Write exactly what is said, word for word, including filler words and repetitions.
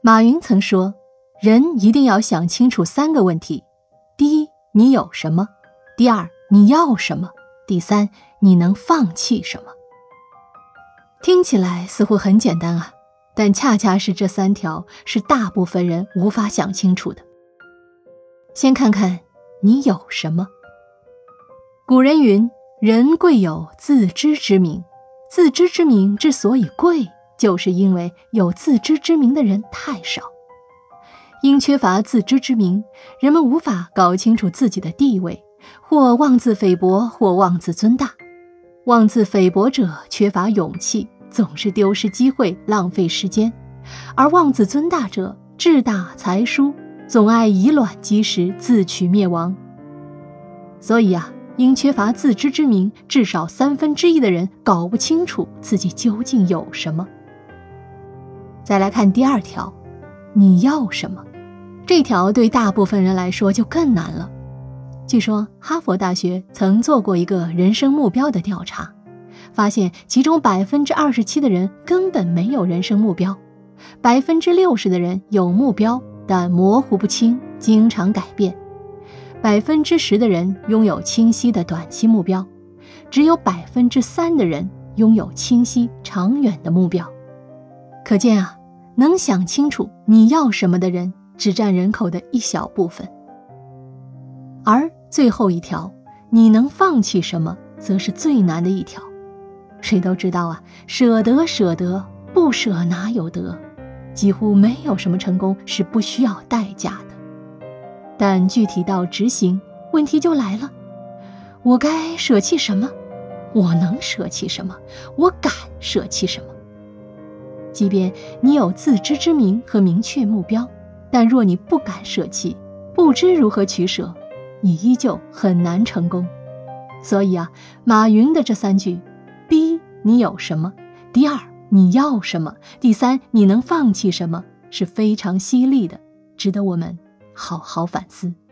马云曾说，人一定要想清楚三个问题：第一，你有什么；第二，你要什么；第三，你能放弃什么。听起来似乎很简单啊，但恰恰是这三条是大部分人无法想清楚的。先看看你有什么。古人云，人贵有自知之明，自知之明之所以贵，就是因为有自知之明的人太少。因缺乏自知之明，人们无法搞清楚自己的地位，或妄自菲薄，或妄自尊大。妄自菲薄者缺乏勇气，总是丢失机会，浪费时间；而妄自尊大者志大才疏，总爱以卵击石，自取灭亡。所以啊，因缺乏自知之明，至少三分之一的人搞不清楚自己究竟有什么。再来看第二条，你要什么？这条对大部分人来说就更难了。据说哈佛大学曾做过一个人生目标的调查，发现其中 百分之二十七 的人根本没有人生目标， 百分之六十 的人有目标，但模糊不清，经常改变， 百分之十 的人拥有清晰的短期目标，只有 百分之三 的人拥有清晰长远的目标。可见啊，能想清楚你要什么的人只占人口的一小部分。而最后一条，你能放弃什么，则是最难的一条。谁都知道啊，舍得舍得，不舍哪有得，几乎没有什么成功是不需要代价的。但具体到执行，问题就来了，我该舍弃什么？我能舍弃什么？我敢舍弃什么？即便你有自知之明和明确目标，但若你不敢舍弃，不知如何取舍，你依旧很难成功。所以啊，马云的这三句：第一，你有什么；第二，你要什么；第三，你能放弃什么，是非常犀利的，值得我们好好反思。